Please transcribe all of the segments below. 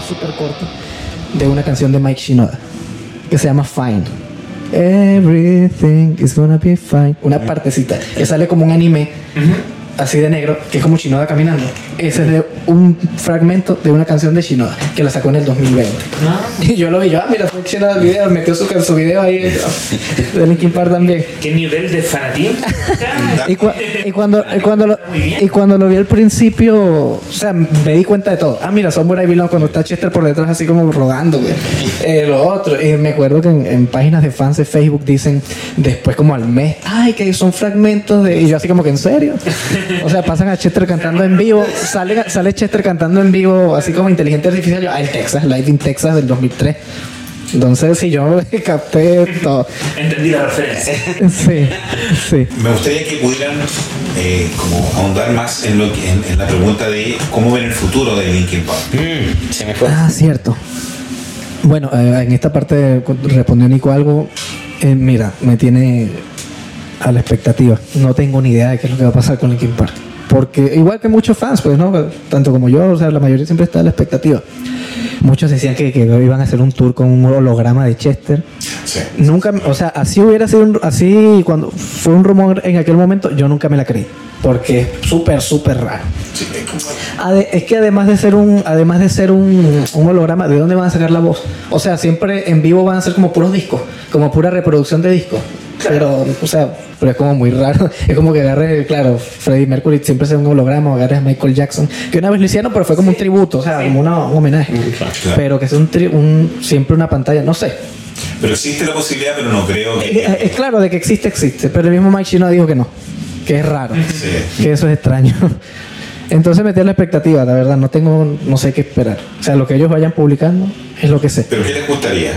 súper corto de una canción de Mike Shinoda que se llama Fine. Everything is gonna be fine. Una partecita que sale como un anime así de negro, que es como Shinoda caminando. Ese es de un fragmento de una canción de Shinoda que la sacó en el 2020. Y yo lo vi, mira, fue Shinoda el video, metió su video ahí de Linkin Park también. ¿Qué nivel de fanatismo? y cuando lo vi al principio, o sea, me di cuenta de todo. Mira, Somewhere I Belong, cuando está Chester por detrás así como rodando, lo otro. Y me acuerdo que en páginas de fans de Facebook dicen después como al mes, que son fragmentos de... Y yo así como que, ¿en serio? O sea, pasan a Chester cantando en vivo, sale Chester cantando en vivo, así como inteligencia artificial. El Texas, Live in Texas del 2003. Entonces, sí, yo capté todo. Entendí la referencia. Sí. Me gustaría que pudieran como ahondar más en la pregunta de cómo ven el futuro de Linkin Park. Se me fue. Cierto. Bueno, en esta parte respondió Nico algo. Mira, me tiene a la expectativa. No tengo ni idea de qué es lo que va a pasar con Linkin Park. Porque igual que muchos fans, pues, ¿no? Tanto como yo, o sea, la mayoría siempre está a la expectativa. Muchos decían que iban a hacer un tour con un holograma de Chester. Sí. Nunca, o sea, así hubiera sido, así cuando fue un rumor en aquel momento, yo nunca me la creí. Porque es súper raro. Sí, Es que además de ser un holograma, ¿de dónde van a sacar la voz? O sea, siempre en vivo van a ser como puros discos, como pura reproducción de discos. Pero, o sea, pero es como muy raro. Es como que agarre, claro, Freddie Mercury siempre es un holograma, o agarres a Michael Jackson, que una vez lo hicieron, pero fue como un tributo, o sea, como un homenaje. Claro. Pero que es siempre una pantalla, no sé. Pero existe la posibilidad, pero no creo que... Es claro de que existe, pero el mismo Mike Shinoda dijo que no, que es raro, que eso es extraño. Entonces metí la expectativa, la verdad, no sé qué esperar. O sea, lo que ellos vayan publicando es lo que sé. ¿Pero qué les gustaría?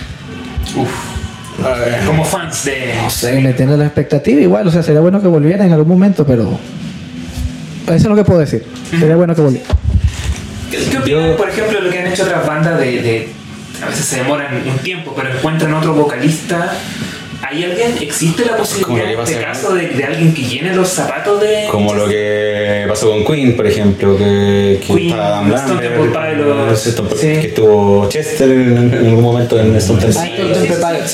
Como fans de... No sé, me tiene la expectativa igual, o sea, sería bueno que volviera en algún momento, pero eso es lo que puedo decir. Sería bueno que volviera. ¿Qué opinan, por ejemplo, de lo que han hecho otras bandas de a veces se demoran un tiempo, pero encuentran otro vocalista? ¿Hay alguien? ¿Existe la posibilidad en este caso de alguien que llene los zapatos de... Como lo que pasó con Queen, por ejemplo, que está Adam Lambert, que estuvo Chester en algún momento en Stone Temple Pilots.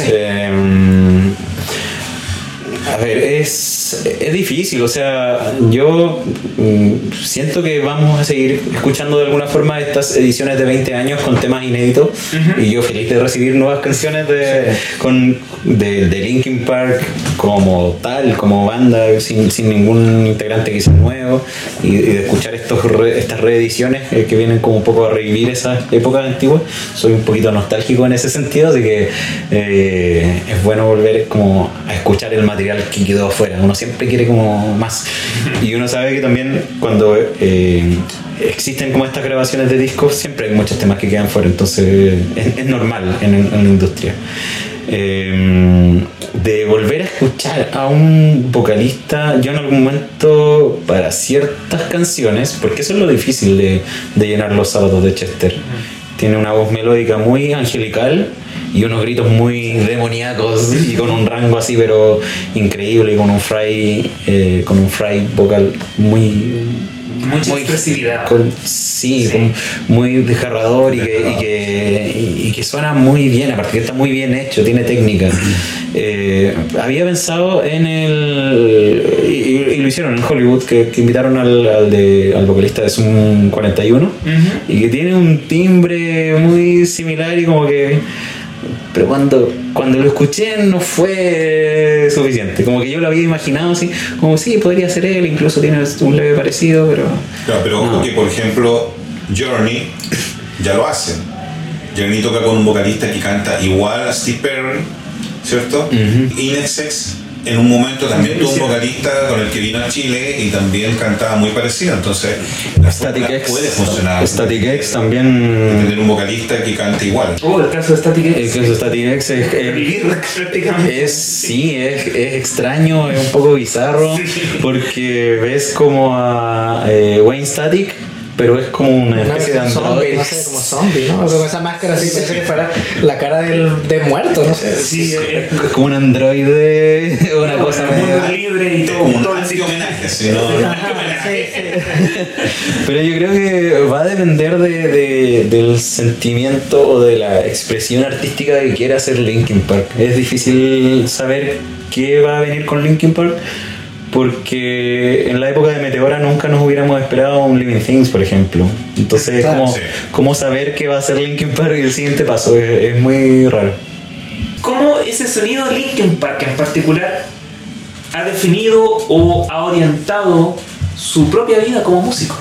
A ver, es difícil, o sea, yo siento que vamos a seguir escuchando de alguna forma estas ediciones de 20 años con temas inéditos, y yo feliz de recibir nuevas canciones de Linkin Park como tal, como banda, sin ningún integrante que sea nuevo, y de escuchar estas reediciones que vienen como un poco a revivir esas épocas antiguas. Soy un poquito nostálgico en ese sentido, de que es bueno volver como a escuchar el material que quedó afuera. Uno siempre quiere como más, y uno sabe que también cuando existen como estas grabaciones de discos siempre hay muchos temas que quedan fuera, entonces es normal en la industria. De volver a escuchar a un vocalista, yo en algún momento para ciertas canciones, porque eso es lo difícil de llenar los sábados de Chester, tiene una voz melódica muy angelical y unos gritos muy demoníacos y con un rango así pero increíble, y con un fry vocal mucha expresividad. Muy desgarrador, y que suena muy bien, aparte que está muy bien hecho, tiene técnica. Había pensado en y lo hicieron en Hollywood, que invitaron al vocalista de Zoom 41, y que tiene un timbre muy similar, y como que... Pero cuando lo escuché no fue suficiente, como que yo lo había imaginado así, como sí, podría ser él, incluso tiene un leve parecido, pero... Claro, pero no. Que por ejemplo Journey ya lo hace. Journey toca con un vocalista que canta igual a Steve Perry, ¿cierto? INXS en un momento también tuvo un vocalista con el que vino a Chile y también cantaba muy parecido, entonces Static X puede funcionar. Static X también, tener un vocalista que cante igual. El caso de Static X. El caso de Static X es extraño, es un poco bizarro, porque ves como a Wayne Static pero es como una especie de zombie, no sé, como zombie, ¿no? Con esa máscara así, parece que fuera la cara de muerto, no sé. Sí, es como un androide, una cosa muy libre y todo. Como un homenaje, ¿sí? ¿No? Pero yo creo que va a depender del sentimiento o de la expresión artística que quiera hacer Linkin Park. Es difícil saber qué va a venir con Linkin Park, porque en la época de Meteora nunca nos hubiéramos esperado un Living Things, por ejemplo. Entonces, claro, ¿cómo saber qué va a ser Linkin Park y el siguiente paso? Es muy raro. ¿Cómo ese sonido de Linkin Park en particular ha definido o ha orientado su propia vida como músico?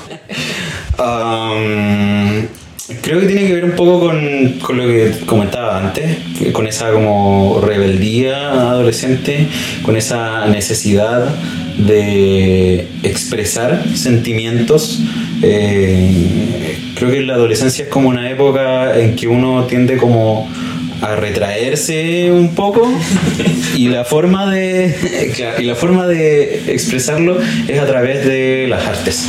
Creo que tiene que ver un poco con lo que comentaba antes, con esa como rebeldía adolescente, con esa necesidad de expresar sentimientos. Creo que la adolescencia es como una época en que uno tiende como a retraerse un poco y la forma de expresarlo es a través de las artes.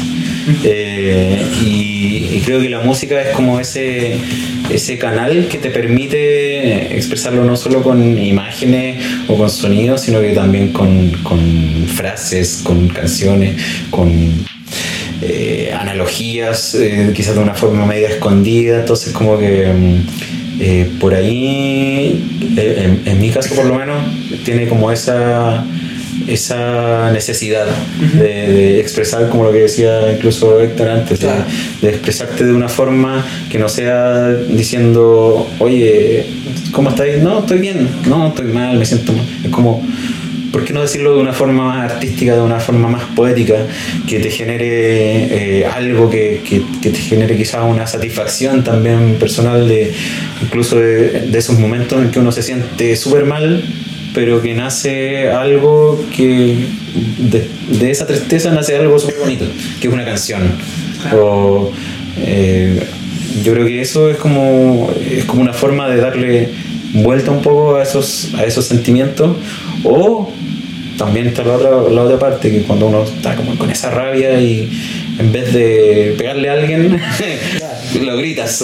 Y creo que la música es como ese canal que te permite expresarlo no solo con imágenes o con sonidos, sino que también con frases, con canciones, con analogías, quizás de una forma media escondida. Entonces como que por ahí, en mi caso por lo menos, tiene como esa necesidad de expresar, como lo que decía incluso Héctor antes, claro, de expresarte de una forma que no sea diciendo, oye, ¿cómo estáis? No, estoy bien, no, estoy mal, me siento mal. Es como, ¿por qué no decirlo de una forma más artística, de una forma más poética, que te genere algo que te genere quizás una satisfacción también personal, incluso de esos momentos en que uno se siente súper mal, pero que nace algo que de esa tristeza nace algo súper bonito, que es una canción. O, yo creo que eso es como una forma de darle vuelta un poco a esos sentimientos. O también está la otra parte, que cuando uno está como con esa rabia y en vez de pegarle a alguien lo gritas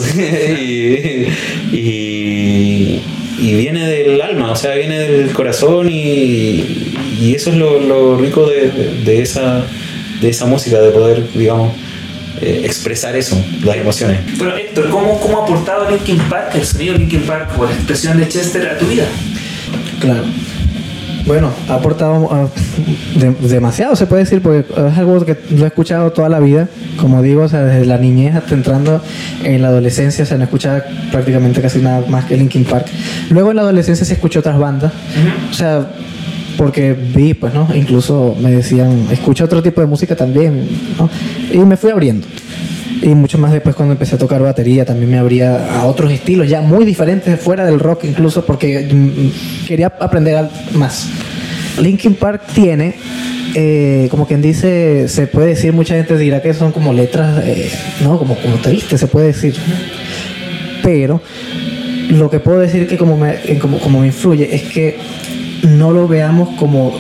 y viene del alma, o sea, viene del corazón, y eso es lo rico de esa música, de poder, digamos, expresar eso, las emociones. Pero Héctor, ¿cómo ha aportado Linkin Park, el sonido de Linkin Park o la expresión de Chester a tu vida? Claro. Bueno, ha aportado demasiado, se puede decir, porque es algo que lo he escuchado toda la vida, como digo, o sea, desde la niñez hasta entrando en la adolescencia, o sea, no escuchaba prácticamente casi nada más que Linkin Park. Luego en la adolescencia se escuchó otras bandas, o sea, porque vi, pues, ¿no? Incluso me decían, escucha otro tipo de música también, ¿no? Y me fui abriendo. Y mucho más después, cuando empecé a tocar batería, también me abría a otros estilos ya muy diferentes, fuera del rock incluso, porque quería aprender más. Linkin Park tiene, como quien dice, se puede decir, mucha gente dirá que son como letras, no, como tristes, se puede decir. Pero lo que puedo decir que como me influye es que no lo veamos como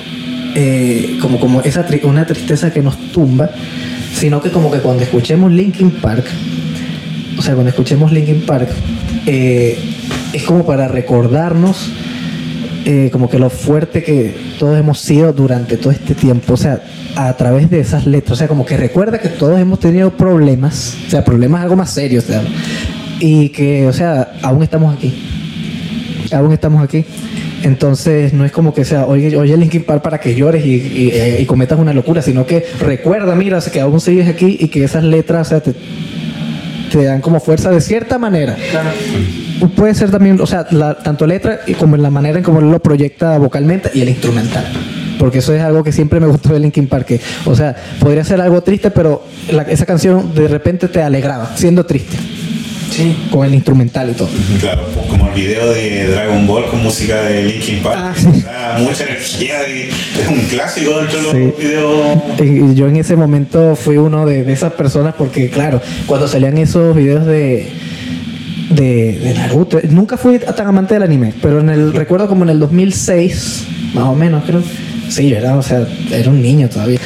una tristeza que nos tumba, sino que como que cuando escuchemos Linkin Park, es como para recordarnos como que lo fuerte que todos hemos sido durante todo este tiempo, o sea, a través de esas letras, o sea, como que recuerda que todos hemos tenido problemas, o sea, problemas algo más serios, o sea, y que, o sea, aún estamos aquí. Entonces no es como que sea, oye Linkin Park para que llores y cometas una locura, sino que recuerda, mira, que aún sigues aquí y que esas letras, o sea, te dan como fuerza de cierta manera. Claro. Puede ser también, o sea, tanto letra como en la manera en cómo él lo proyecta vocalmente y el instrumental. Porque eso es algo que siempre me gustó de Linkin Park, que, o sea, podría ser algo triste, pero esa canción de repente te alegraba, siendo triste. Sí. Con el instrumental y todo. Claro, como el video de Dragon Ball con música de Linkin Park. Sí. Mucha energía, es un clásico dentro de los videos. Y yo en ese momento fui uno de esas personas, porque claro, cuando salían esos videos de Naruto, nunca fui tan amante del anime, pero recuerdo como en el 2006, más o menos creo. Sí, ¿verdad? O sea, era un niño todavía.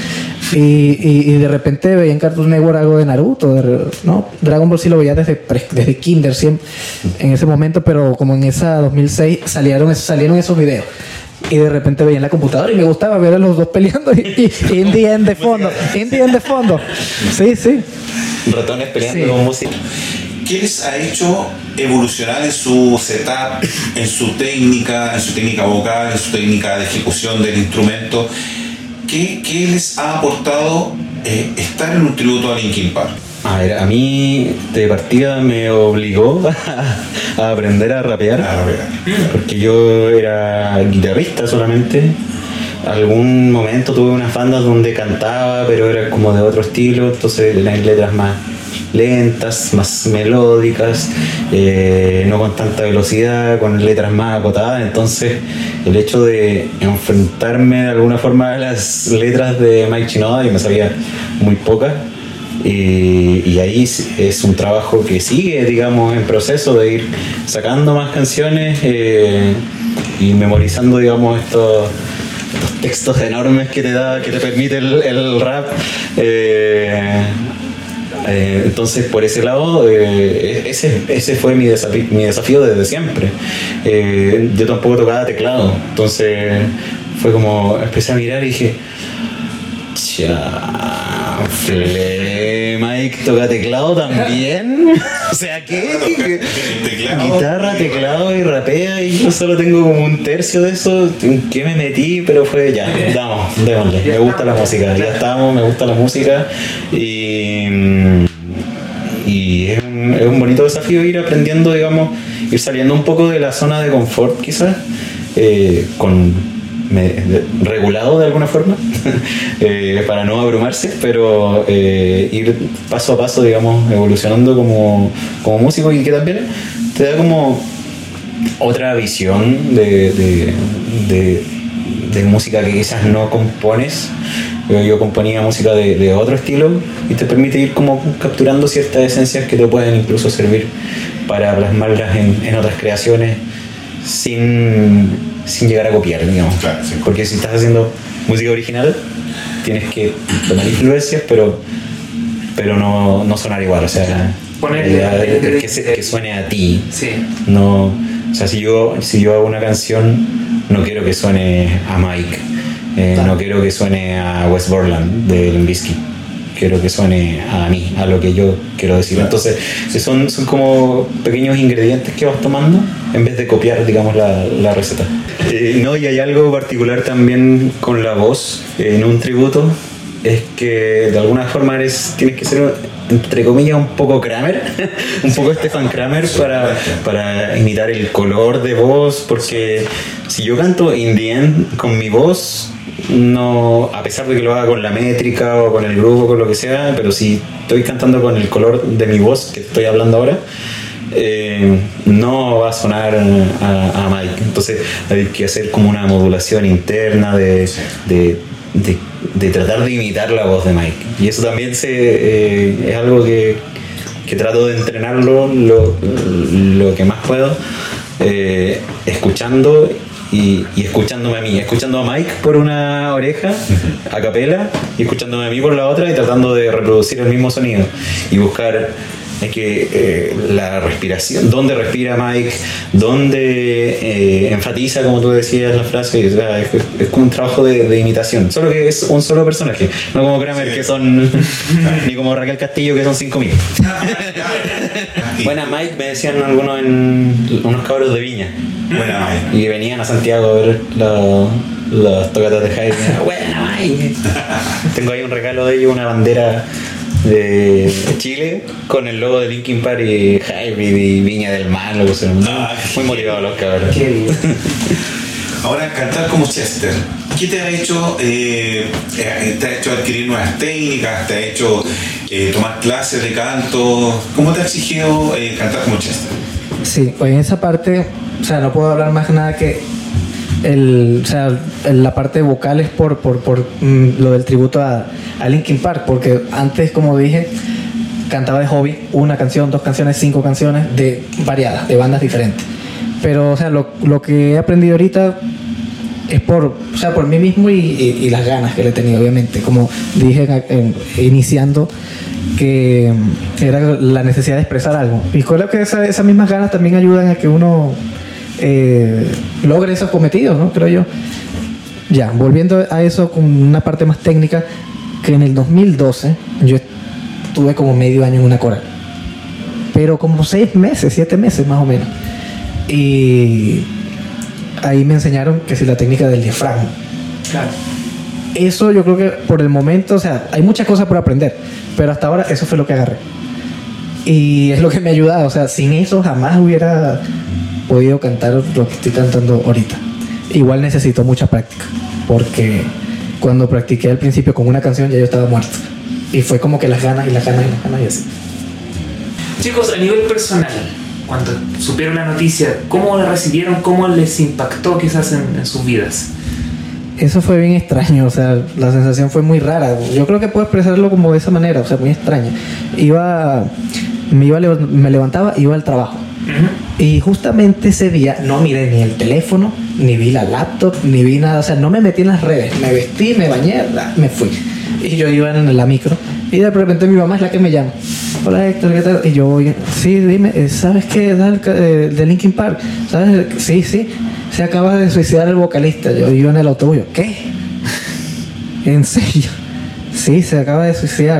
Y de repente veía en Cartoon Network algo de Naruto, ¿no? Dragon Ball sí lo veía desde Kinder siempre, en ese momento, pero como en esa 2006 salieron esos videos. Y de repente veía en la computadora y me gustaba ver a los dos peleando y Indie End de fondo. Sí. Ratones peleando con música. ¿Qué les ha hecho evolucionar en su setup, en su técnica vocal, en su técnica de ejecución del instrumento? ¿Qué les ha aportado estar en un tributo a Linkin Park? A ver, a mí de partida me obligó a aprender a rapear, porque yo era guitarrista solamente. Algún momento tuve unas bandas donde cantaba, pero era como de otro estilo, entonces eran letras más lentas, más melódicas, no con tanta velocidad, con letras más acotadas. Entonces el hecho de enfrentarme de alguna forma a las letras de Mike Shinoda, yo me sabía muy pocas, y ahí es un trabajo que sigue, digamos, en proceso de ir sacando más canciones y memorizando, digamos, estos textos enormes que te permite el rap. Entonces, por ese lado, ese fue mi desafío desde siempre. Yo tampoco tocaba teclado, entonces fue como empecé a mirar y dije, Mike toca teclado también. O sea, ¿qué? Guitarra, teclado y rapea, y yo solo tengo como un tercio de eso. ¿En qué me metí? Pero fue ya, démosle. Me gusta la música, me gusta la música. Y es un bonito desafío ir aprendiendo, digamos, ir saliendo un poco de la zona de confort, quizás, regulado de alguna forma, para no abrumarse, pero ir paso a paso, digamos, evolucionando como músico, y que también te da como otra visión de música que quizás no compones. Yo componía música de otro estilo, y te permite ir como capturando ciertas esencias que te pueden incluso servir para plasmarlas en otras creaciones sin llegar a copiar, digamos. Claro, sí. Porque si estás haciendo música original, tienes que tomar influencias, pero no sonar igual. O sea, que suene a ti. Sí. No, o sea, si yo hago una canción, no quiero que suene a Mike. No quiero que suene a West Borland de Limp Bizkit. Quiero que suene a mí, a lo que yo quiero decir. Entonces, son como pequeños ingredientes que vas tomando en vez de copiar, digamos, la receta. Y hay algo particular también con la voz en un tributo, es que de alguna forma tienes que ser, entre comillas, un poco Kramer, un poco Stefan Kramer para imitar el color de voz, porque si yo canto In The End con mi voz, no, a pesar de que lo haga con la métrica o con el grupo, con lo que sea, pero si estoy cantando con el color de mi voz que estoy hablando ahora, no va a sonar a Mike. Entonces hay que hacer como una modulación interna de tratar de imitar la voz de Mike, y eso también es algo que trato de entrenarlo lo que más puedo, escuchando y escuchándome a mí, escuchando a Mike por una oreja a capela y escuchándome a mí por la otra, y tratando de reproducir el mismo sonido y buscar la respiración, dónde respira Mike, dónde enfatiza, como tú decías, la frase. O sea, es como un trabajo de imitación, solo que es un solo personaje, no como Kramer, que son ni como Raquel Castillo, que son 5.000. Buena Mike, me decían algunos, unos cabros de Viña. Buena Mike. Y que venían a Santiago a ver las tocatas de Jaime. Buena Mike. Tengo ahí un regalo de ellos, una bandera de Chile con el logo de Linkin Park y Hybrid y Viña del Mar, lo pusieron. Muy motivados los cabros. Ahora, cantar como Chester, ¿qué te ha hecho? ¿Te ha hecho adquirir nuevas técnicas? ¿Te ha hecho tomar clases de canto? ¿Cómo te ha exigido cantar como Chester? Sí, pues en esa parte, o sea, no puedo hablar más nada que la parte vocal es por lo del tributo a Linkin Park, porque antes, como dije, cantaba de hobby, una canción, 2 canciones, 5 canciones variadas, de bandas diferentes. Pero, o sea, lo que he aprendido ahorita es por mí mismo y las ganas que le he tenido, obviamente. Como dije iniciando, que era la necesidad de expresar algo. Y creo que esas mismas ganas también ayudan a que uno logre esos cometidos, ¿no? Creo yo. Ya, volviendo a eso con una parte más técnica, que en el 2012 yo estuve como medio año en una coral. Pero como 6 meses, 7 meses más o menos. Y ahí me enseñaron que si la técnica del diafragma. Claro. Eso yo creo que por el momento, o sea, hay muchas cosas por aprender, pero hasta ahora eso fue lo que agarré. Y es lo que me ha ayudado, o sea, sin eso jamás hubiera podido cantar lo que estoy cantando ahorita. Igual necesito mucha práctica, porque cuando practiqué al principio con una canción ya yo estaba muerto. Y fue como que las ganas y así. Chicos, a nivel personal, cuando supieron la noticia, ¿cómo la recibieron? ¿Cómo les impactó quizás en sus vidas? Eso fue bien extraño, o sea, la sensación fue muy rara. Yo creo que puedo expresarlo como de esa manera, o sea, muy extraña. Me levantaba, iba al trabajo. Uh-huh. Y justamente ese día no miré ni el teléfono, ni vi la laptop, ni vi nada, o sea, no me metí en las redes. Me vestí, me bañé, me fui. Y yo iba en la micro y de repente mi mamá es la que me llama. Hola Héctor, ¿qué tal? Y yo, sí, dime, ¿sabes qué? De Linkin Park, ¿sabes? Sí, se acaba de suicidar el vocalista. Yo iba en el autobús, ¿qué? ¿En serio? Sí, se acaba de suicidar.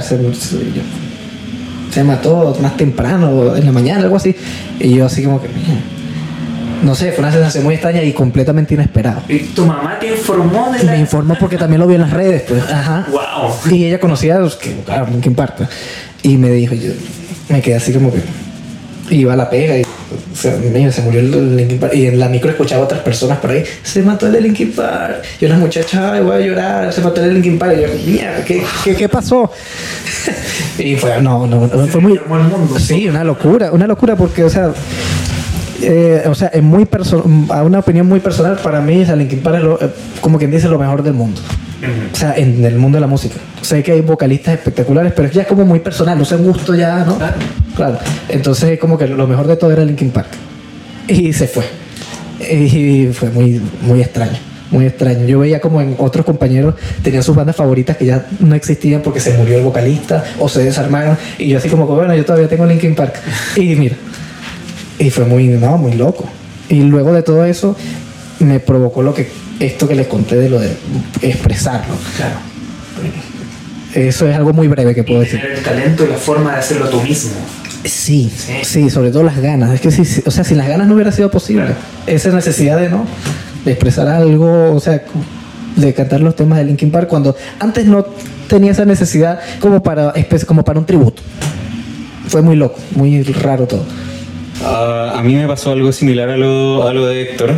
Se mató más temprano, en la mañana, algo así. Y yo así como que... No sé, fue una sensación muy extraña y completamente inesperada. ¿Y tu mamá te informó de la...? Me informó porque también lo vi en las redes, pues. Ajá. Wow. Y ella conocía a los que, claro, Linkin Park. Y me dijo, yo me quedé así como que... Iba a la pega y... O sea, se murió el Linkin Park. Y en la micro escuchaba a otras personas por ahí. Se mató el de Linkin Park. Y una muchacha, ay, voy a llorar. Se mató el de Linkin Park. Y yo, mierda, ¿qué pasó? Y fue, no, fue muy... Sí, una locura porque, o sea, es muy a una opinión muy personal para mí, o sea, Linkin Park es como quien dice lo mejor del mundo. O sea, en el mundo de la música. Sé que hay vocalistas espectaculares, pero ya es como muy personal, no sé, un gusto ya, ¿no? Claro. Entonces, como que lo mejor de todo era Linkin Park. Y se fue. Y fue muy, muy extraño. Muy extraño. Yo veía como en otros compañeros tenían sus bandas favoritas que ya no existían porque se murió el vocalista o se desarmaron. Y yo así como que, bueno, yo todavía tengo Linkin Park. Y mira. Y fue muy loco. Y luego de todo eso me provocó esto que les conté de lo de expresarlo. Claro. Eso es algo muy breve que puedo decir. Tener el talento y la forma de hacerlo tú mismo. Sí, sobre todo las ganas. Es que o sea, sin las ganas no hubiera sido posible. Claro. Esa necesidad de expresar algo, o sea, de cantar los temas de Linkin Park cuando antes no tenía esa necesidad como para un tributo. Fue muy loco, muy raro todo. A mí me pasó algo similar a lo de Héctor.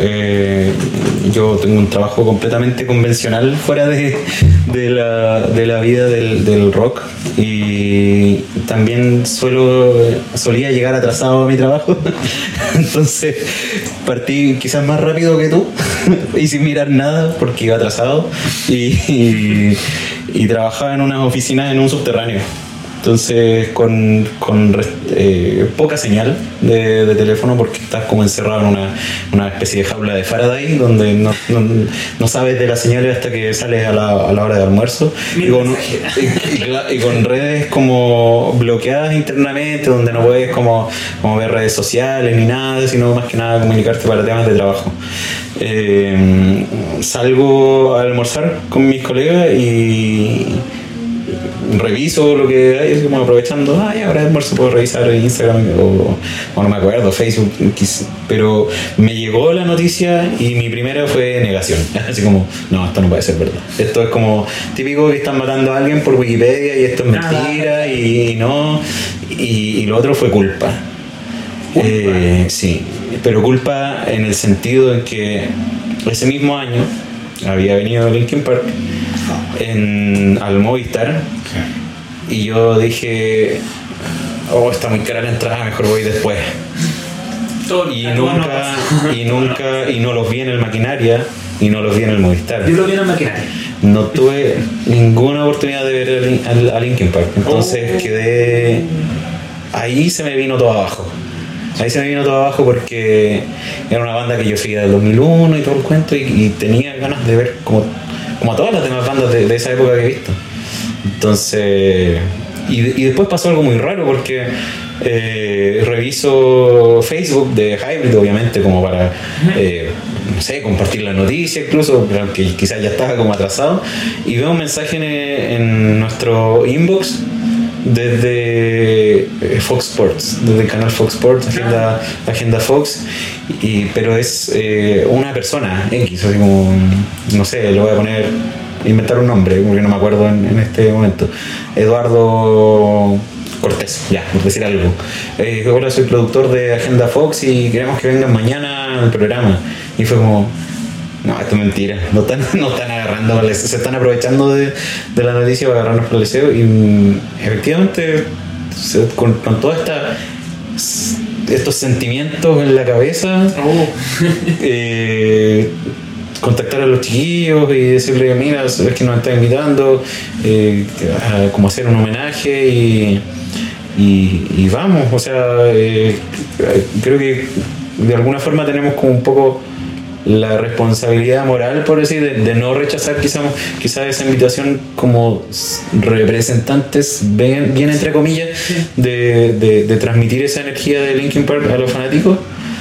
Yo tengo un trabajo completamente convencional fuera de la vida del rock y también solía llegar atrasado a mi trabajo. Entonces partí quizás más rápido que tú y sin mirar nada porque iba atrasado y trabajaba en unas oficinas en un subterráneo. Entonces con poca señal de teléfono porque estás como encerrado en una especie de jaula de Faraday donde no sabes de las señales hasta que sales a la hora de almuerzo y con redes como bloqueadas internamente donde no puedes como ver redes sociales ni nada, sino más que nada comunicarte para temas de trabajo. Salgo a almorzar con mis colegas y reviso lo que hay, como aprovechando, ahora almuerzo puedo revisar Instagram o no me acuerdo, Facebook, pero me llegó la noticia y mi primera fue negación, así como, no, esto no puede ser verdad, esto es como típico que están matando a alguien por Wikipedia y esto es mentira y no, y lo otro fue culpa. Sí, pero culpa en el sentido en que ese mismo año había venido Linkin Park al Movistar y yo dije, está muy cara la entrada, mejor voy después. Y no los vi en el Maquinaria y no los vi en el Movistar. Yo los vi en el Maquinaria. No tuve ninguna oportunidad de ver a Linkin Park, entonces quedé ahí, se me vino todo abajo. Ahí se me vino todo abajo porque era una banda que yo seguía del 2001 y todo el cuento y tenía ganas de ver como a todas las demás bandas de esa época que he visto. Entonces, y después pasó algo muy raro porque reviso Facebook de Hybrid, obviamente, como para, no sé, compartir la noticia incluso, que quizás ya estaba como atrasado, y veo un mensaje en nuestro inbox desde Fox Sports, desde el canal Fox Sports, Agenda Fox, pero es una persona X, así como, no sé, le voy a poner, inventar un nombre porque no me acuerdo en este momento, Eduardo Cortés, ya, por decir algo. Hola, soy productor de Agenda Fox y queremos que vengan mañana al programa. Y fue como, no, esto es mentira, no están agarrando, se están aprovechando de la noticia para agarrarnos por el deseo. Y efectivamente, con toda estos sentimientos en la cabeza, contactar a los chiquillos y decirle, mira, es que nos están invitando, como hacer un homenaje y vamos, o sea, creo que de alguna forma tenemos como un poco la responsabilidad moral, por decir, de no rechazar quizás esa invitación como representantes bien entre comillas de transmitir esa energía de Linkin Park a los fanáticos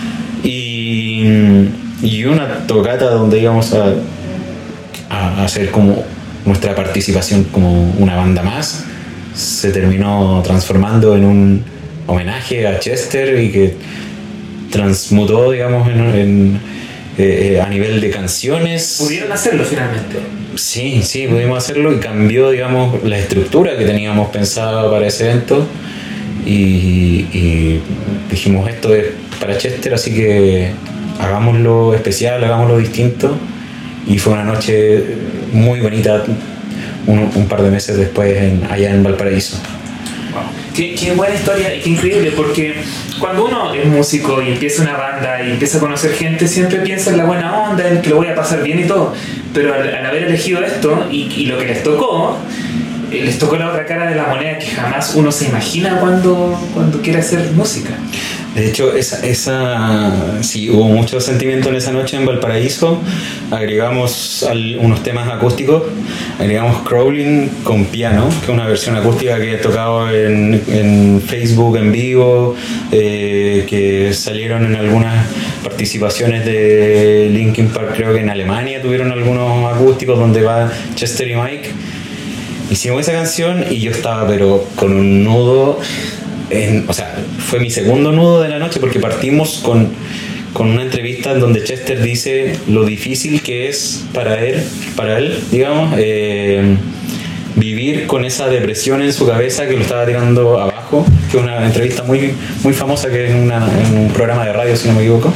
y una tocata donde íbamos a hacer como nuestra participación como una banda más se terminó transformando en un homenaje a Chester y que transmutó, digamos, a nivel de canciones. ¿Pudieron hacerlo finalmente? Sí, pudimos hacerlo y cambió, digamos, la estructura que teníamos pensada para ese evento y dijimos, esto es para Chester, así que hagámoslo especial, hagámoslo distinto, y fue una noche muy bonita un par de meses después allá en Valparaíso. Wow. Qué buena historia y qué increíble, porque cuando uno es músico y empieza una banda y empieza a conocer gente, siempre piensa en la buena onda, en que lo voy a pasar bien y todo, pero al haber elegido esto y lo que les tocó la otra cara de la moneda que jamás uno se imagina cuando quiere hacer música. De hecho, sí, hubo mucho sentimiento en esa noche en Valparaíso. Agregamos unos temas acústicos. Agregamos Crawling con piano, que es una versión acústica que he tocado en Facebook en vivo, que salieron en algunas participaciones de Linkin Park, creo que en Alemania tuvieron algunos acústicos donde va Chester y Mike. Hicimos esa canción y yo estaba pero con un nudo. O sea, fue mi segundo nudo de la noche porque partimos con una entrevista en donde Chester dice lo difícil que es para él, digamos, vivir con esa depresión en su cabeza que lo estaba tirando abajo, que es una entrevista muy, muy famosa que es en un programa de radio, si no me equivoco.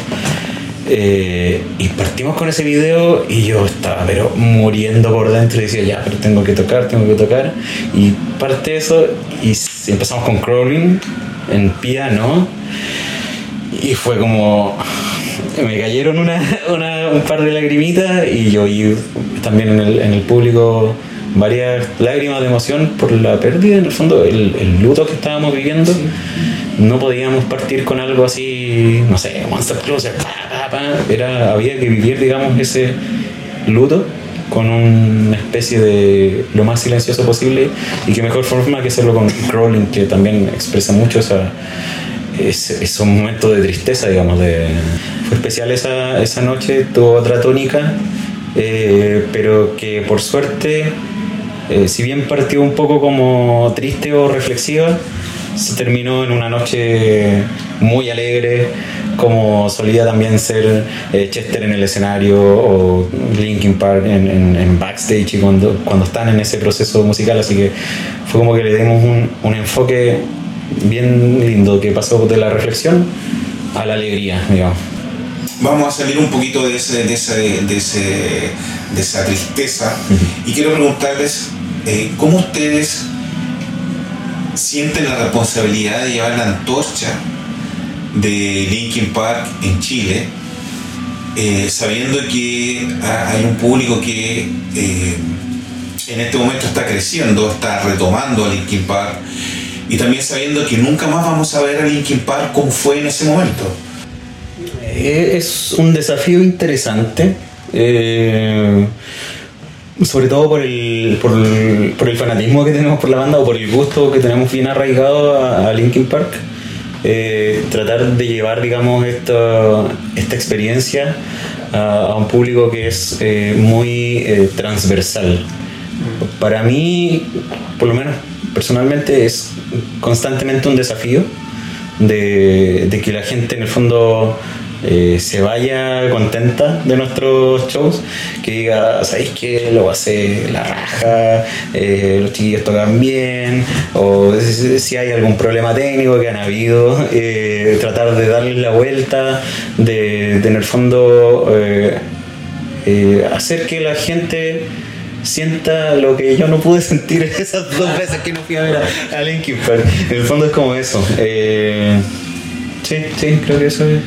Y partimos con ese video y yo estaba pero muriendo por dentro y decía ya, pero tengo que tocar y parte eso y empezamos con Crawling en piano y fue como me cayeron un par de lagrimitas y yo y también en el público varias lágrimas de emoción por la pérdida, en el fondo el luto que estábamos viviendo. No podíamos partir con algo así, no sé, One Step Closer, había que vivir, digamos, ese luto con una especie de lo más silencioso posible, y qué mejor forma que hacerlo con Crawling, que también expresa mucho esos momentos de tristeza, digamos. Fue especial esa noche, tuvo otra tónica, pero que por suerte, si bien partió un poco como triste o reflexiva, se terminó en una noche muy alegre, como solía también ser Chester en el escenario o Linkin Park en backstage y cuando están en ese proceso musical, así que fue como que le dimos un enfoque bien lindo que pasó de la reflexión a la alegría, digamos. Vamos a salir un poquito de esa tristeza. Y quiero preguntarles ¿cómo ustedes sienten la responsabilidad de llevar la antorcha de Linkin Park en Chile, sabiendo que hay un público que en este momento está creciendo, está retomando a Linkin Park, y también sabiendo que nunca más vamos a ver a Linkin Park como fue en ese momento. Es un desafío interesante, sobre todo por el fanatismo que tenemos por la banda o por el gusto que tenemos bien arraigado a Linkin Park. Tratar de llevar, digamos, esta experiencia a un público que es muy transversal. Para mí, por lo menos personalmente, es constantemente un desafío de que la gente en el fondo se vaya contenta de nuestros shows, que diga, ¿sabéis qué? Lo hace la raja, los chiquillos tocan bien, o si hay algún problema técnico que han habido, tratar de darles la vuelta, de en el fondo hacer que la gente sienta lo que yo no pude sentir esas 2 veces que no fui a ver a Linkin Park. En el fondo es como eso. Sí, creo que eso es.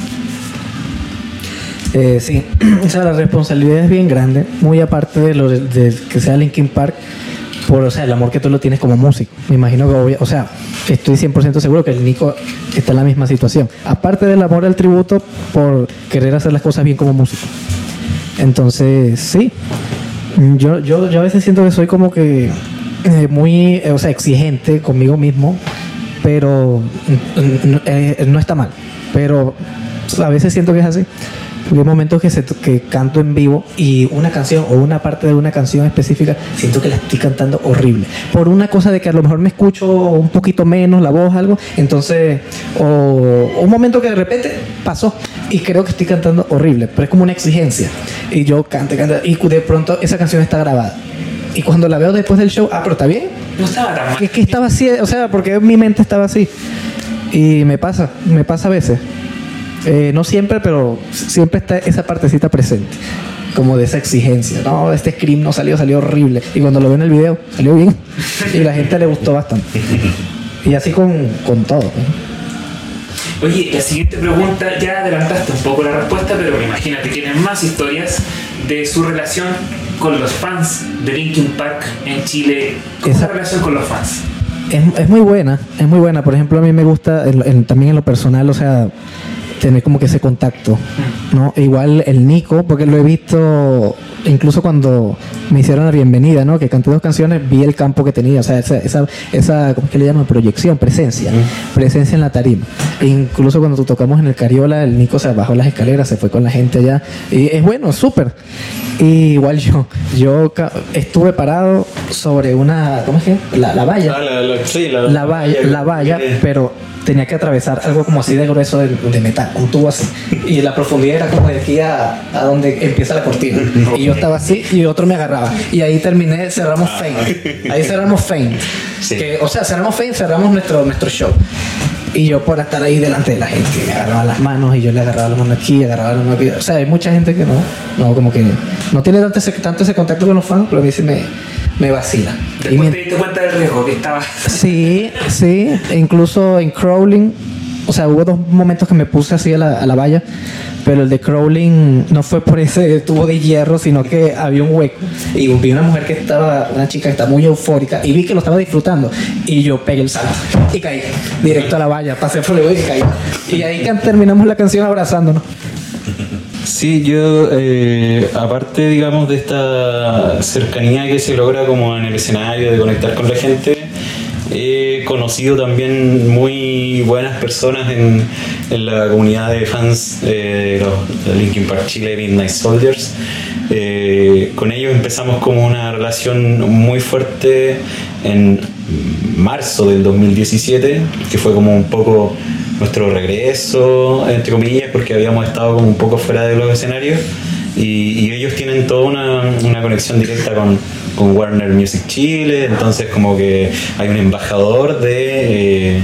Sí, o sea, la responsabilidad es bien grande, muy aparte de que sea Linkin Park, o sea, el amor que tú lo tienes como músico. Me imagino que, o sea, estoy 100% seguro que el Nico está en la misma situación. Aparte del amor al tributo, por querer hacer las cosas bien como músico. Entonces, sí, yo a veces siento que soy como que muy, o sea, exigente conmigo mismo, pero no está mal. Pero a veces siento que es así. Porque hay momentos que canto en vivo y una canción o una parte de una canción específica siento que la estoy cantando horrible. Por una cosa de que a lo mejor me escucho un poquito menos la voz, algo. Entonces, o un momento que de repente pasó y creo que estoy cantando horrible. Pero es como una exigencia. Y yo canto y de pronto esa canción está grabada. Y cuando la veo después del show, pero está bien. No estaba tan mal. Que estaba así, o sea, porque mi mente estaba así. Y me pasa a veces. No siempre, pero siempre está esa partecita presente, como de esa exigencia. No, este scream no salió horrible. Y cuando lo veo en el video, salió bien. Y a la gente le gustó bastante. Y así con todo, ¿no? Oye, la siguiente pregunta, ya adelantaste un poco la respuesta, pero me imagino que tienen más historias de su relación con los fans de Linkin Park en Chile. ¿Cómo es la relación con los fans? Es muy buena, es muy buena. Por ejemplo, a mí me gusta también en lo personal, o sea, tener como que ese contacto, ¿no? Igual el Nico, porque lo he visto incluso cuando me hicieron la bienvenida, ¿no? Que canté 2 canciones, vi el campo que tenía, o sea, esa ¿cómo es que le llaman? Proyección, presencia en la tarima. E incluso cuando tocamos en el Cariola, el Nico se bajó las escaleras, se fue con la gente allá, y es bueno, súper. Y igual yo estuve parado sobre una, ¿cómo es que? La valla. La valla, pero tenía que atravesar algo como así de grueso de metal, un tubo así. Y la profundidad era como de aquí a donde empieza la cortina. Y yo estaba así y otro me agarraba. Y ahí cerramos Faint. Ahí cerramos Faint. Sí. Cerramos Faint, cerramos nuestro show. Y yo por estar ahí delante de la gente, me agarraba las manos y yo le agarraba las manos aquí, agarraba las manos aquí. O sea, hay mucha gente que no como que no tiene tanto ese contacto con los fans, pero a mí sí me vacila. Después te diste cuenta del riesgo que estaba. Sí, e incluso en crawling, o sea, hubo 2 momentos que me puse así a la valla, pero el de crawling no fue por ese tubo de hierro, sino que había un hueco y vi una chica que estaba muy eufórica y vi que lo estaba disfrutando y yo pegué el salto y caí directo a la valla, pasé por el hueco y caí. Y ahí terminamos la canción abrazándonos. Sí, yo, aparte, digamos, de esta cercanía que se logra como en el escenario, de conectar con la gente, he conocido también muy buenas personas en la comunidad de fans de los Linkin Park Chile, Midnight Soldiers. Con ellos empezamos como una relación muy fuerte en marzo del 2017, que fue como un poco nuestro regreso, entre comillas, porque habíamos estado como un poco fuera de los escenarios, y ellos tienen toda una conexión directa con Warner Music Chile, entonces como que hay un embajador de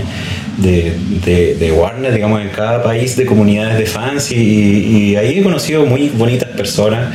Warner, digamos, en cada país, de comunidades de fans, y ahí he conocido muy bonitas personas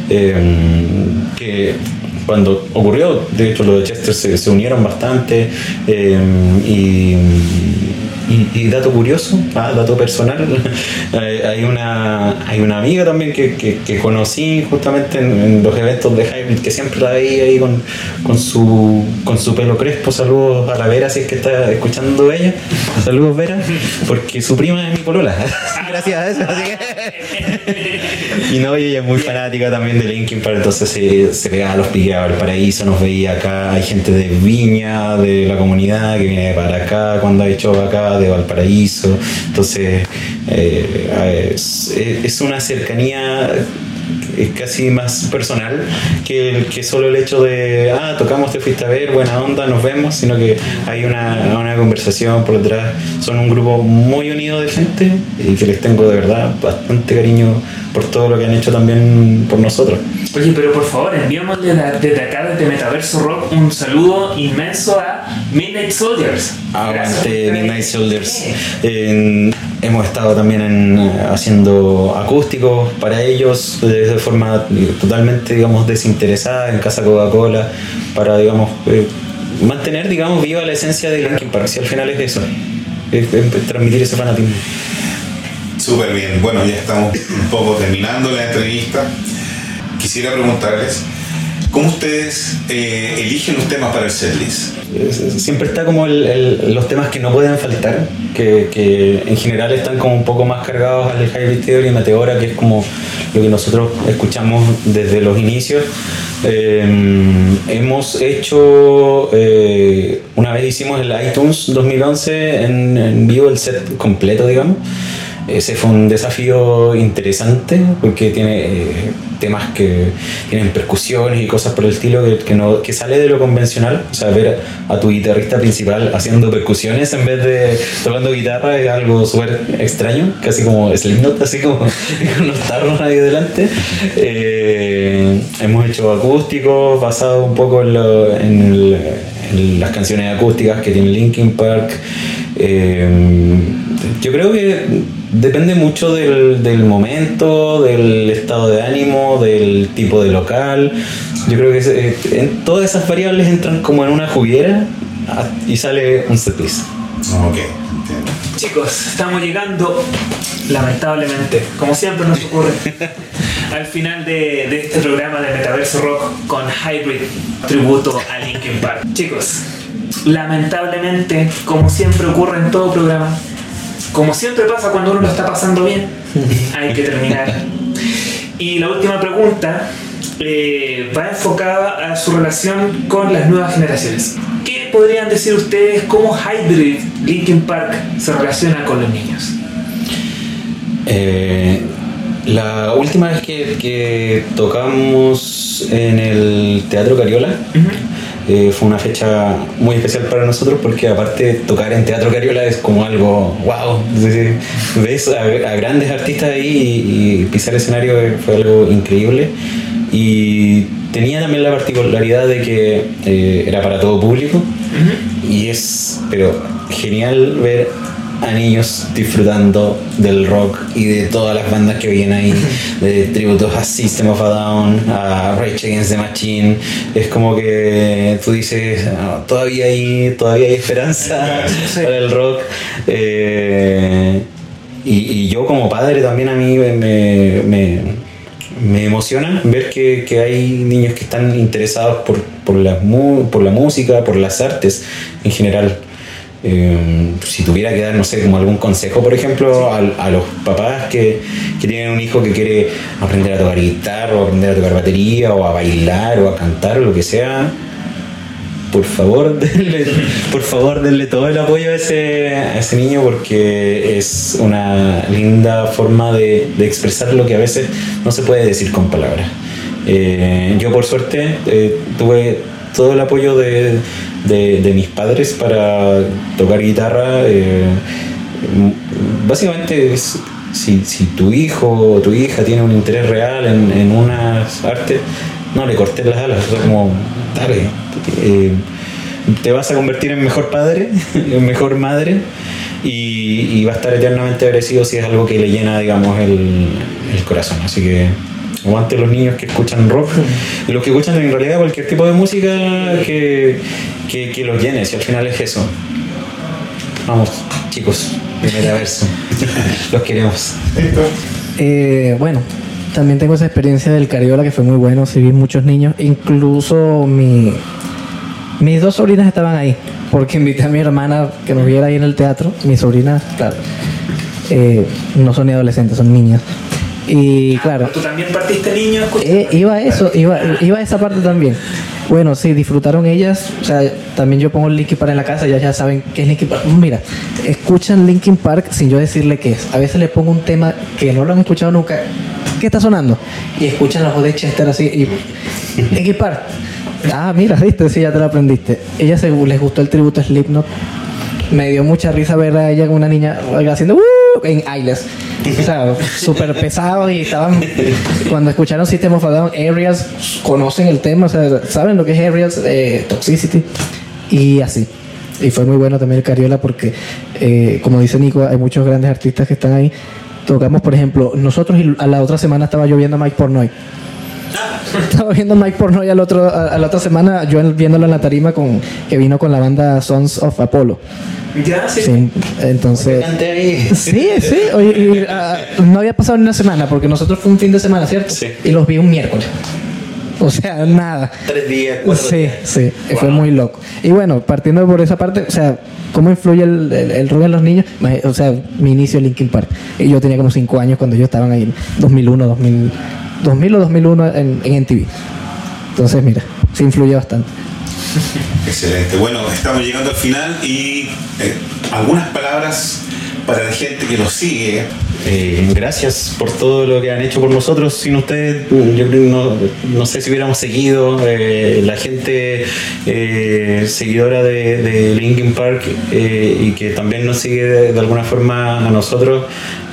que cuando ocurrió, de hecho los de Chester se unieron bastante, Y dato curioso, dato personal, hay una amiga también que conocí justamente en los eventos de Hybrid, que siempre la veía ahí con su pelo crespo. Saludos a la Vera, si es que está escuchando ella. Saludos, Vera, porque su prima es mi polola. Gracias a eso. Así que... Y no, ella es muy fanática también de Linkin Park, entonces se pegaba a los piques a Valparaíso, nos veía acá. Hay gente de Viña, de la comunidad, que viene para acá cuando hay show acá de Valparaíso. Entonces es una cercanía es casi más personal que solo el hecho de tocamos, te fuiste a ver, buena onda, nos vemos, sino que hay una conversación por detrás. Son un grupo muy unido de gente y que les tengo de verdad bastante cariño por todo lo que han hecho también por nosotros. Oye, pero por favor, enviémosle desde acá, desde Metaverso Rock, un saludo inmenso a Midnight Soldiers. Aguante Midnight Soldiers. Hemos estado también haciendo acústicos para ellos de forma totalmente, digamos, desinteresada en Casa Coca-Cola, para, digamos, mantener, digamos, viva la esencia de Linkin Park. Si al final es eso, es transmitir ese fanatismo. Súper bien. Bueno, ya estamos un poco terminando la entrevista. Quisiera preguntarles, ¿cómo ustedes eligen los temas para el setlist? Siempre está como los temas que no pueden faltar, que en general están como un poco más cargados al Hybrid Theory y Meteora, que es como lo que nosotros escuchamos desde los inicios. Hemos hecho, una vez hicimos el iTunes 2011 en vivo, el set completo, digamos. Ese fue un desafío interesante porque tiene temas que tienen percusiones y cosas por el estilo que sale de lo convencional. O sea, ver a tu guitarrista principal haciendo percusiones en vez de tocando guitarra es algo súper extraño, casi como Slipknot, así como con los tarros ahí delante. Hemos hecho acústicos basados un poco en las canciones acústicas que tiene Linkin Park. Yo creo que depende mucho del momento, del estado de ánimo, del tipo de local. Yo creo que en todas esas variables entran como en una juguera y sale un setlist. Ok, entiendo. Chicos, estamos llegando, lamentablemente, como siempre nos ocurre, al final de este programa de Metaverso Rock con Hybrid, tributo a Linkin Park. Chicos, lamentablemente, como siempre ocurre en todo programa, como siempre pasa cuando uno lo está pasando bien, hay que terminar. Y la última pregunta va enfocada a su relación con las nuevas generaciones. ¿Qué podrían decir ustedes cómo Hybrid Linkin Park se relaciona con los niños? La última vez que tocamos en el Teatro Cariola, fue una fecha muy especial para nosotros porque aparte tocar en Teatro Cariola es como algo wow. Ves a grandes artistas ahí y pisar el escenario fue algo increíble, y tenía también la particularidad de que era para todo público, y es pero genial ver a niños disfrutando del rock y de todas las bandas que vienen ahí, de tributos a System of a Down, a Rage Against the Machine. Es como que tú dices, todavía hay esperanza para el rock. Y yo como padre también, a mí me emociona ver que hay niños que están interesados por la música, por las artes en general. Si tuviera que dar, no sé, como algún consejo, por ejemplo, a los papás que tienen un hijo que quiere aprender a tocar guitarra, o aprender a tocar batería, o a bailar, o a cantar, o lo que sea, por favor denle todo el apoyo a ese niño, porque es una linda forma de expresar lo que a veces no se puede decir con palabras. Yo por suerte tuve todo el apoyo de mis padres para tocar guitarra. Básicamente si tu hijo o tu hija tiene un interés real en unas artes, no le cortes las alas, o sea, como dale, te vas a convertir en mejor padre, en mejor madre, y va a estar eternamente agradecido si es algo que le llena, digamos, el corazón. Así que aguante los niños que escuchan rock y los que escuchan en realidad cualquier tipo de música que los llene, si al final es eso. Vamos, chicos, de Metaverso. Los queremos. Bueno, también tengo esa experiencia del Cariola que fue muy bueno. Sí, vi muchos niños, incluso mis dos sobrinas estaban ahí, porque invité a mi hermana que nos viera ahí en el teatro. Mis sobrinas, claro, no son ni adolescentes, son niñas. Y claro, ¿tú también partiste niño? Iba a esa parte también. Bueno, sí, disfrutaron ellas. O sea, también yo pongo Linkin Park en la casa, ya saben qué es Linkin Park. Mira, escuchan Linkin Park sin yo decirle qué es. A veces les pongo un tema que no lo han escuchado nunca. ¿Qué está sonando? Y escuchan la voz de Chester así y Linkin Park. Ah, mira, viste, sí, ya te lo aprendiste. Ellas les gustó el tributo a Slipknot. Me dio mucha risa ver a ella con una niña haciendo en Ailes. O sea, súper pesado, y estaban, cuando escucharon System of a Down, Aerials, conocen el tema, o sea, saben lo que es Aerials, Toxicity, y así. Y fue muy bueno también el Cariola porque, como dice Nico, hay muchos grandes artistas que están ahí. Tocamos, por ejemplo, nosotros, y a la otra semana estaba yo viendo a Mike Portnoy. Estaba viendo a Mike Portnoy a la otra semana, yo viéndolo en la tarima que vino con la banda Sons of Apollo. Ya, sí. Sí, entonces. Sí. Oye, no había pasado ni una semana, porque nosotros fue un fin de semana, ¿cierto? Sí. Y los vi un miércoles. O sea, nada. 3 días, 4 días. Sí, wow. Fue muy loco. Y bueno, partiendo por esa parte, o sea, ¿cómo influye el rock en los niños? O sea, mi inicio en Linkin Park. Y yo tenía como 5 años cuando yo estaba ahí, en 2000 o 2001 en MTV. Entonces, mira, sí influye bastante. Excelente. Bueno, estamos llegando al final y algunas palabras para la gente que nos sigue. Gracias por todo lo que han hecho por nosotros. Sin ustedes, yo creo no sé si hubiéramos seguido. La gente seguidora de Linkin Park y que también nos sigue de alguna forma a nosotros,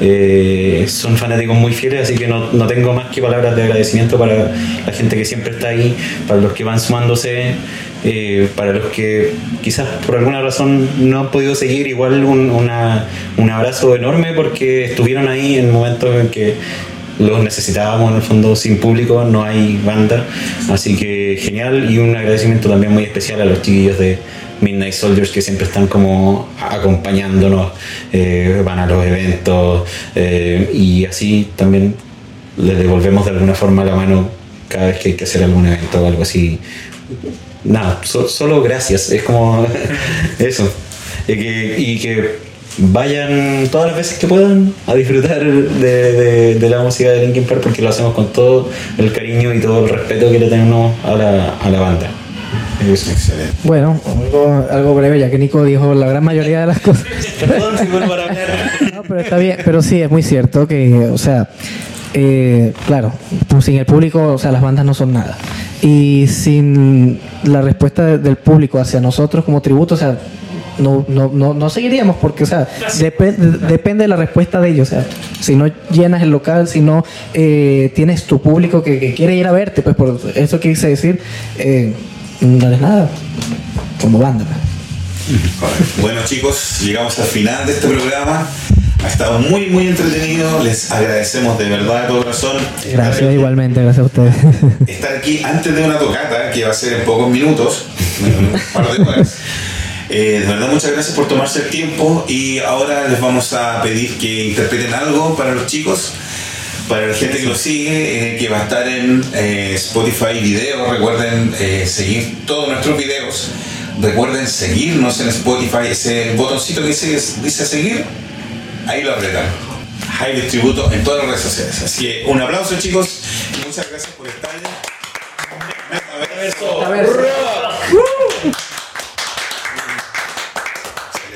son fanáticos muy fieles, así que no tengo más que palabras de agradecimiento para la gente que siempre está ahí, para los que van sumándose. Para los que quizás por alguna razón no han podido seguir, igual un abrazo enorme, porque estuvieron ahí en momentos en que los necesitábamos. En el fondo, sin público no hay banda, así que genial. Y un agradecimiento también muy especial a los chiquillos de Midnight Soldiers, que siempre están como acompañándonos, van a los eventos, y así también les devolvemos de alguna forma la mano cada vez que hay que hacer algún evento o algo así. Nada, solo gracias, es como eso. Y que vayan todas las veces que puedan a disfrutar de la música de Linkin Park, porque lo hacemos con todo el cariño y todo el respeto que le tenemos a la banda. Eso. Excelente. Bueno, algo breve, ya que Nico dijo la gran mayoría de las cosas. Perdón si vuelvo a hablar. No, pero está bien, pero sí, es muy cierto que, o sea, claro, pues sin el público, o sea, las bandas no son nada. Y sin la respuesta del público hacia nosotros como tributo, o sea, no seguiríamos, porque, o sea, depende de la respuesta de ellos. O sea, si no llenas el local, si no tienes tu público que quiere ir a verte, pues por eso quise decir, no eres nada como banda. Bueno, chicos, llegamos al final de este programa. Ha estado muy, muy entretenido. Les agradecemos de verdad, de todo corazón. Gracias, igualmente, gracias a ustedes. Estar aquí antes de una tocata, que va a ser en pocos minutos, un par de horas. De verdad, muchas gracias por tomarse el tiempo. Y ahora les vamos a pedir que interpreten algo para los chicos, para la gente que los sigue, que va a estar en Spotify Video. Recuerden seguir todos nuestros videos. Recuerden seguirnos en Spotify. Ese botoncito que dice seguir, ahí lo apretan. Hay Tributo en todas las redes sociales. Así que un aplauso, chicos. Muchas gracias por estar. Metaverso.